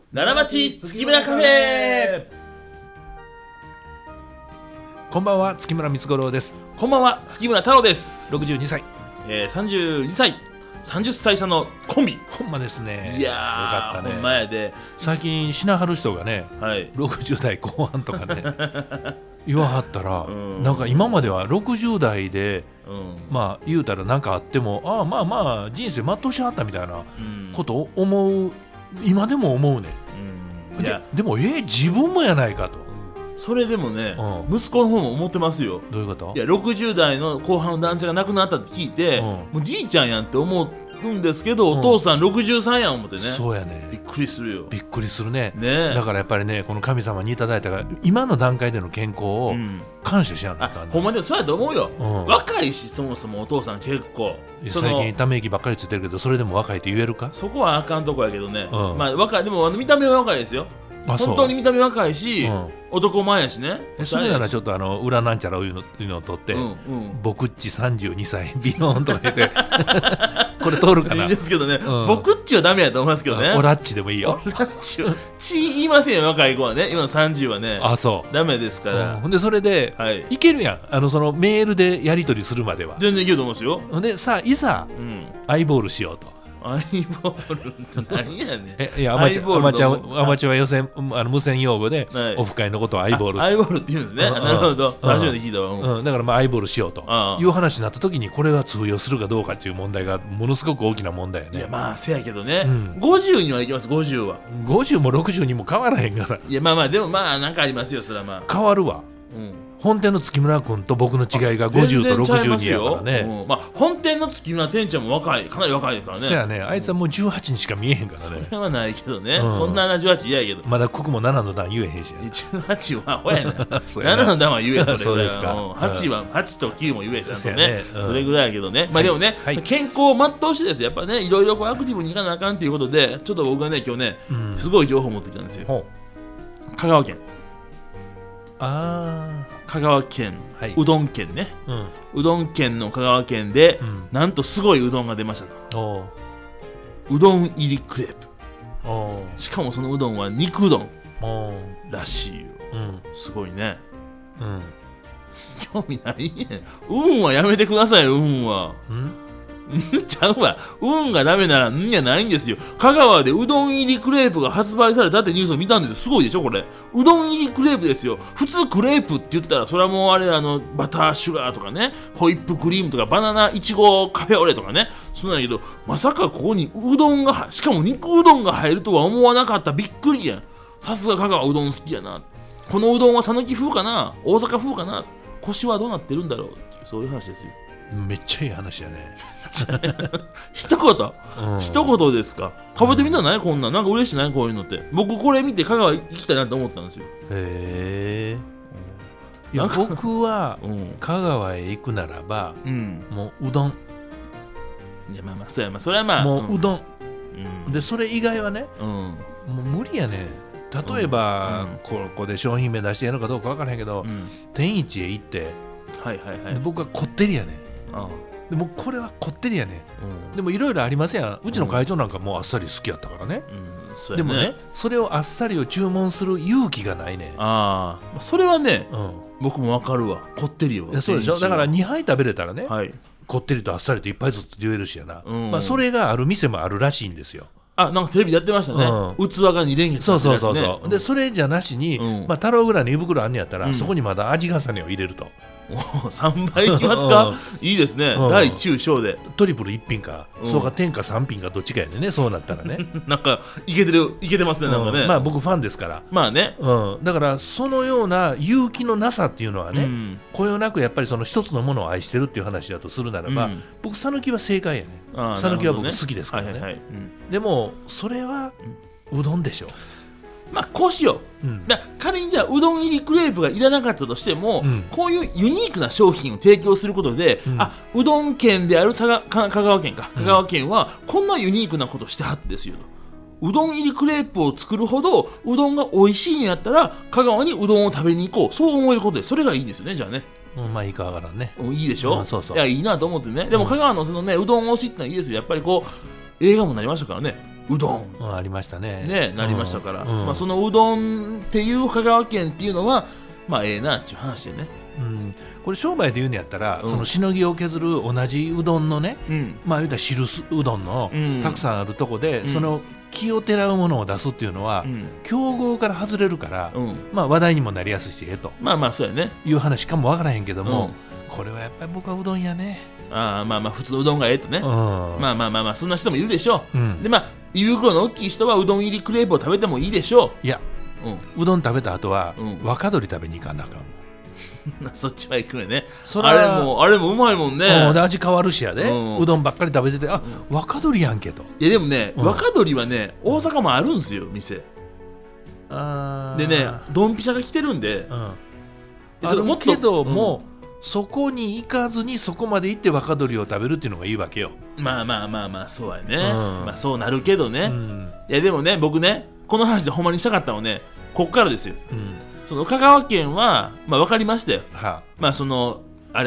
奈良町月村カフェ。 こんばんは、月村光五郎です。 こんばんは、月村太郎です。 62歳、 32歳30歳差のコンビ。 ほんまですね。 いやー、 よかったね。 ほんまやで。 最近しなはる人がね、 はい、 60代後半とかね言わはったら、 なんか今までは60代で、まあ言うたら何かあっても、まあ人生全うしはったみたいなことを思う、今でも思うね。でも自分もやないかと。 それでもね、息子の方も思ってますよ。 どういうこと？ いや、60代の後半の男性が亡くなったって聞いて、もうじいちゃんやんって思うんですけど、お父さん63やん思ってね。 そうやね。 びっくりするよ。 びっくりするね。 ね。 だからやっぱりね、この神様にいただいたが今の段階での健康を感謝しやんなかんね。 ほんまにそうやと思うよ。若いし、そもそもお父さん結構最近ため息ばっかりついてるけど、それでも若いって言えるか？ そこはあかんとこやけどね。まあ若い、でも見た目は若いですよ。本当に見た目若いし、男前やしね。 それならちょっと裏なんちゃらいうのを取って、僕っち32歳ビヨーンとか言ってこれ通るかな。 いいですけどね、僕っちはダメやと思いますけどね。 オラッチでもいいよ。 オラッチは言いませんよ、若い子はね。今の30はね、 そうダメですから。 ほんでそれでいけるやん、そのメールでやり取りするまでは全然いけると思いますよ。 ほんでさあ、いざアイボールしようと。 アイボールって何やねん。 いや、アマチュア予選無線用語で、オフ会のことをアイボール。 アイボールって言うんですね。なるほど。初めて聞いたわ。 だからアイボールしようという話になった時に、これが通用するかどうかっていう問題がものすごく大きな問題やね。 いや、まあせやけどね、50にはいきます。50は 50も60にも変わらへんから。 いや、まあでもなんかありますよ。それはまあ変わるわ。本店の月村君と僕の違いが50と62やからね。 本店の月村店長もかなり若いですからね。 そうやね。あいつはもう18にしか見えへんからね。 それはないけどね、そんな18嫌やけど。 まだ国も7の段言えへんし。 18はほやな7の段は言え。それそうですか。 8と9も言えちゃんとね。それぐらいやけどね。まあでもね、健康を全うしてですよ。やっぱね、いろいろアクティブにいかなあかんということで、ちょっと僕がね、今日ね、すごい情報を持ってきたんですよ。香川県。香川県、うどん県ね、うどん県の香川県で、なんとすごいうどんが出ましたと。うどん入りクレープ。しかもそのうどんは肉うどんらしいよ。すごいね。興味ないね。運はやめてくださいよ。運はちゃうわ。運がダメならんやないんですよ。香川でうどん入りクレープが発売されたってニュースを見たんですよ。すごいでしょこれ。うどん入りクレープですよ。普通クレープって言ったら、それはもうあれバターシュガーとかね、ホイップクリームとかバナナいちごカフェオレとかね、そうなんやけど、まさかここにうどんが、しかも肉うどんが入るとは思わなかった。びっくりやん。さすが香川うどん好きやな。このうどんは讃岐風かな、大阪風かな、コシはどうなってるんだろうっていう、そういう話ですよ。 めっちゃいい話やね。 一言ですか。食べてみたないこんなん。なんか嬉しいないこういうのって。僕これ見て香川行きたいなと思ったんですよ。 へえ。いや、僕は香川へ行くならば、もううどん。 いや、まあそうや、それはまあもううどん。でそれ以外はね、もう無理やね。例えばここで商品名出してやるのかどうか分からへんけど、天一へ行って、僕はこってりやね。でもこれはこってりやね。でもいろいろありますやん。うちの会長なんかもうあっさり好きやったからね。でもね、それをあっさりを注文する勇気がないね。 それはね、僕もわかるわ。こってりよ。 そうでしょ。だから2杯食べれたらね、こってりとあっさりと1杯ずつ言えるしやな。それがある店もあるらしいんですよ。 なんかテレビでやってましたね。器が2連結。 そうで、それじゃなしに、太郎ぐらいの胃袋あんねやったら、そこにまだ味重ねを入れると。 3倍いきますか。いいですね。大中小でトリプル1品か、そうか天下3品かどっちかやね。そうなったらねなんかいけてますね。なんかね。 まあ僕ファンですから。 まあね。 だからそのような勇気のなさっていうのはね、こよなくやっぱりその一つのものを愛してるっていう話だとするならば、僕讃岐は正解やね。讃岐は僕好きですからね。でもそれはうどんでしょ。 こうしよう。仮にじゃあうどん入りクレープがいらなかったとしても、こういうユニークな商品を提供することで、うどん県である香川県はこんなユニークなことしてはってですよ。うどん入りクレープを作るほどうどんが美味しいんやったら、香川にうどんを食べに行こう、そう思えることで、それがいいですよね。じゃあね。 まあいいかわからんね。 いいでしょ。いや、いいなと思ってね。でも香川のそのね、うどん推しってのはいいですよ。やっぱりこう映画もなりましたからね。 うどん、 ありましたね。 ね、なりましたから、まあ、そのうどんっていう香川県っていうのはまあええなっていう話でね、 これ商売で言うんやったら、そのしのぎを削る同じうどんのね、まあ言うたら汁うどんのたくさんあるとこで、その気をてらうものを出すっていうのは、競合から外れるから、まあ話題にもなりやすいしまあまあそうやねいう話かもわからへんけども、これはやっぱり僕はうどんやね。 まあまあ普通のうどんがええとね、まあそんな人もいるでしょう、でまあ胃袋の大きい人はうどん入りクレープを食べてもいいでしょう。 いや、うどん食べた後は、若鶏食べに行かなあかん。 そっちは行くよね。あれもうまいもんね。 味変わるしやで、うどんばっかり食べてて、若鶏やんけと。 いやでもね、若鶏はね大阪もあるんですよ店でね。ドンピシャが来てるんで、 あるけども、そこに行かずにそこまで行って若鶏を食べるっていうのがいいわけよ。 まあそうやね、まあそうなるけどね、いやでもね僕ねこの話でほんまにしたかったのはねこっからですよ、その香川県はまあ分かりましたよ、まあその若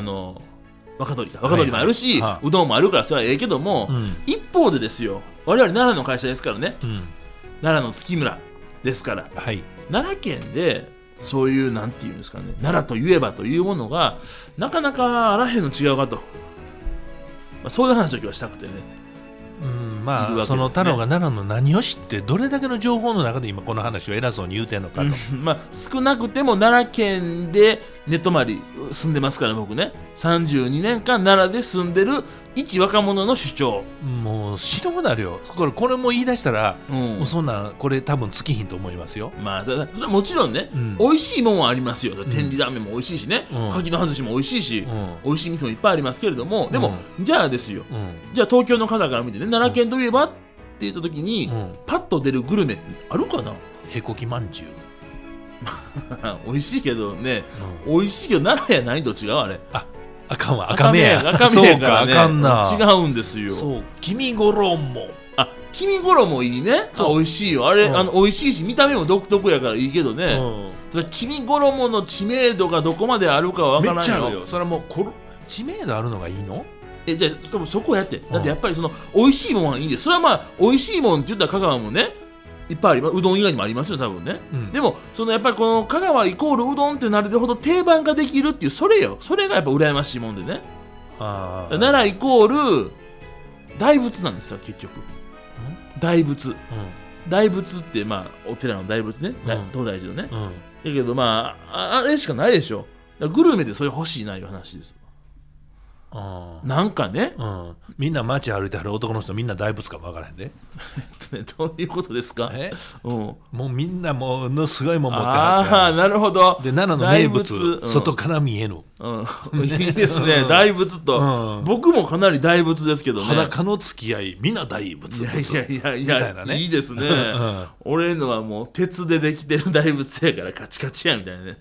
鶏もあるし、うどんもあるからそれはええけども、一方でですよ我々奈良の会社ですからね、奈良の月村ですから、奈良県でそういうなんていうんですかね、奈良といえばというものがなかなかあらへんの違うかと、そういう話を今日はしたくてね。 まあその太郎が奈良の何を知ってどれだけの情報の中で今この話を偉そうに言うてんのかと、 まあ少なくても奈良県で寝泊まり住んでますから僕ね、32年間奈良で住んでる一若者の主張、 もう死ぬほどあるよ。これも言い出したら、もうそんなこれ多分尽きひんと思いますよ。 まあそれはもちろんね、美味しいもんはありますよ。天理ラーメンも美味しいしね、柿の葉寿司も美味しいし、美味しい店もいっぱいありますけれども、でも、じゃあですよ、じゃあ東京の方から見てね、奈良県といえばって言った時に、パッと出るグルメってあるかな。 へこきまんじゅう美味しいけどね、美味しいけど奈良やないと違うあれ。 あかんわ、赤目やからね。 そうか、あかんな。違うんですよ。 そう、黄身衣。 黄身衣いいね。美味しいよあれ、美味しいし見た目も独特やからいいけどね、ただ黄身衣の知名度がどこまであるかは分からないよ。めっちゃあるよ。それはもう知名度あるのがいいの？ じゃあそこやって。だってやっぱりその美味しいもんはいいんで、それはまあ美味しいもんって言ったら香川もねいっぱいあります。うどん以外にもありますよ多分ね、でもそのやっぱりこの香川イコールうどんってなれるほど定番化できるっていうそれがやっぱ羨ましいもんでね。奈良イコール大仏なんですよ結局。大仏、大仏ってまあお寺の大仏ね、東大寺のね、だけどまああれしかないでしょ。グルメでそれ欲しいないう話です。なんかね、 みんな街歩いてはる男の人みんな大仏かも分からへんでどういうことですか？ もうみんなものすごいもん持ってはって、 なるほど。 で奈良の名物、外から見えぬ、 いいですね大仏と、僕もかなり大仏ですけどね。 裸の付き合いみんな大仏みたいなね。 いいですね俺のはもう鉄でできてる大仏やからカチカチやみたいなね。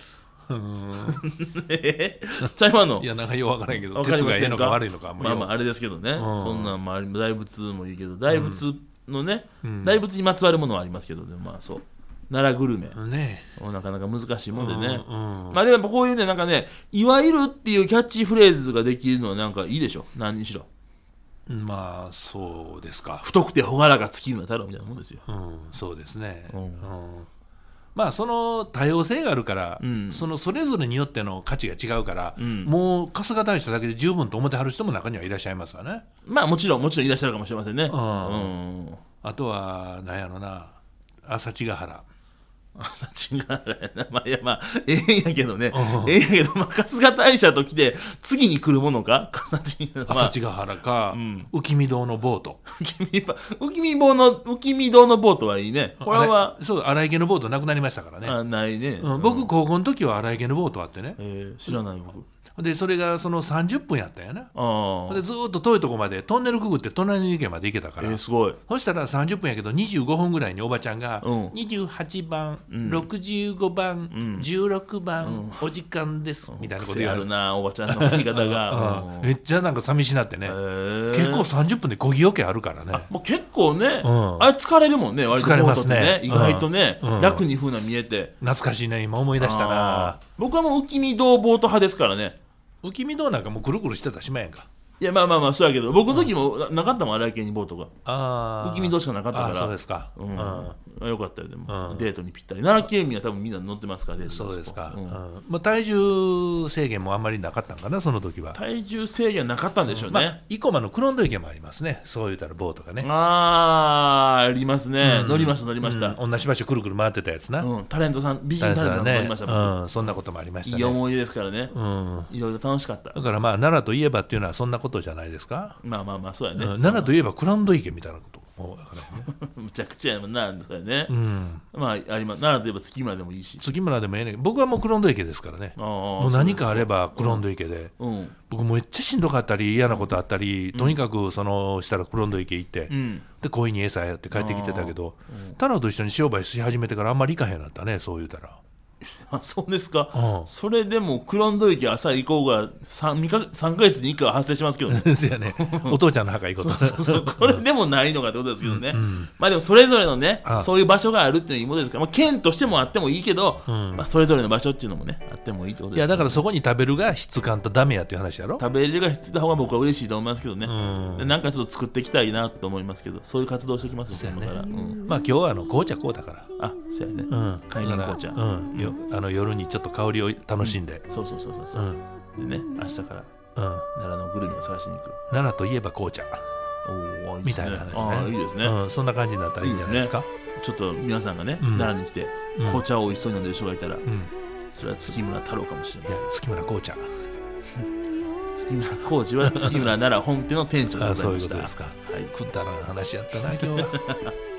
ちゃいまの。 いやなんかよく分からへんけど、鉄がいいのか悪いのかまああれですけどね、そんなん大仏もいいけど大仏のね、大仏にまつわるものはありますけど、まあそう奈良グルメなかなか難しいもんでね、まあでもやっぱこういうねなんかねいわゆるっていうキャッチフレーズができるのはなんかいいでしょ。何にしろまあそうですか。 太くて朗らか月村太郎みたいなもんですよ。 そうですね。まあその多様性があるから、それぞれによっての価値が違うから、もう春日大社だけで十分と思ってはる人も中にはいらっしゃいますわね。 まあもちろんいらっしゃるかもしれませんね。 あとは何やろな、朝千ヶ原。 朝千ヶ原やな。まあええんやけどね、春日大社と来て次に来るものか朝千ヶ原か、浮見堂のボート。 浮見堂のボートはいいね。これはそう荒井家のボートなくなりましたからね。 ないね。 僕高校の時は荒井家のボートあってね。 知らない僕。 でそれがその30分やったんやな。でずっと遠いとこまでトンネルくぐって隣の池まで行けたから、 すごい。 そしたら30分やけど25分ぐらいにおばちゃんが、28番、65番、16番、お時間ですみたいなこと言う。 あるなおばちゃんの言い方がめっちゃなんか寂しなってね。結構30分で漕ぎ桶あるからね。 もう結構ね、あれ疲れるもんね。割とボートってね、意外とね楽に風な見えて懐かしいね。今思い出したな。 僕はもう浮見堂ボート派ですからね。 浮見堂なんかもうくるくるしてたしまやんか。 いやまあそうやけど僕の時もなかったもん、荒井系にボートが。浮き見堂しかなかったから。 そうですか。 よかったよ。でもデートにぴったり。奈良県民は多分みんな乗ってますから、デート。 そうですか。体重制限もあんまりなかったんかな、その時は。 体重制限なかったんでしょうね。 生駒の黒ンド池もありますね、そう言うたらボートがね。 ありますね。乗りました。 同じ場所くるくる回ってたやつな。 タレントさん、美人タレントさん乗りましたもん。 そんなこともありましたね。 いい思い出ですからね。いろいろ楽しかった。 だから奈良といえばっていうのはそんなことじゃないですか。 まあそうやね。 奈良といえばクランド池みたいなこと。 むちゃくちゃやもんな、それね。まああります。奈良といえば月村でもいいし。 月村でもええねん。僕はもうクロンド池ですからね。もう何かあればクロンド池で。僕めっちゃしんどかったり嫌なことあったり、とにかくしたらクロンド池行って、で鯉に餌やって帰ってきてたけど、太郎と一緒に商売し始めてからあんまり行かへんなったね、そう言うたら。 そうですか。それでもクロンド池朝行こうが3ヶ月に1回は発生しますけどね。 ですよね。お父ちゃんの墓行こうと。 そうこれでもないのかってことですけどね。まあでもそれぞれのね、そういう場所があるっていうものですから、県としてもあってもいいけど、それぞれの場所っていうのもねあってもいいってことです。 いやだからそこに食べるが質感とダメやっていう話やろ。 食べるが質の方が僕は嬉しいと思いますけどね。なんかちょっと作っていきたいなと思いますけど、そういう活動してきますよね。 まあ今日は紅茶こうだから。 そうやね。海南紅茶。 夜にちょっと香りを楽しんで。 そう。でね、明日から奈良のグルメを探しに行く。 奈良といえば紅茶みたいな話ね。 いいですね。 そんな感じになったらいいんじゃないですか。 ちょっと皆さんがね、奈良に来て紅茶を美味しそうに飲んでる人がいたら、それは月村太郎かもしれません。 月村紅茶。 月村浩二は月村奈良本店の店長でございました。 そういうことですか。くだらん話やったな今日は。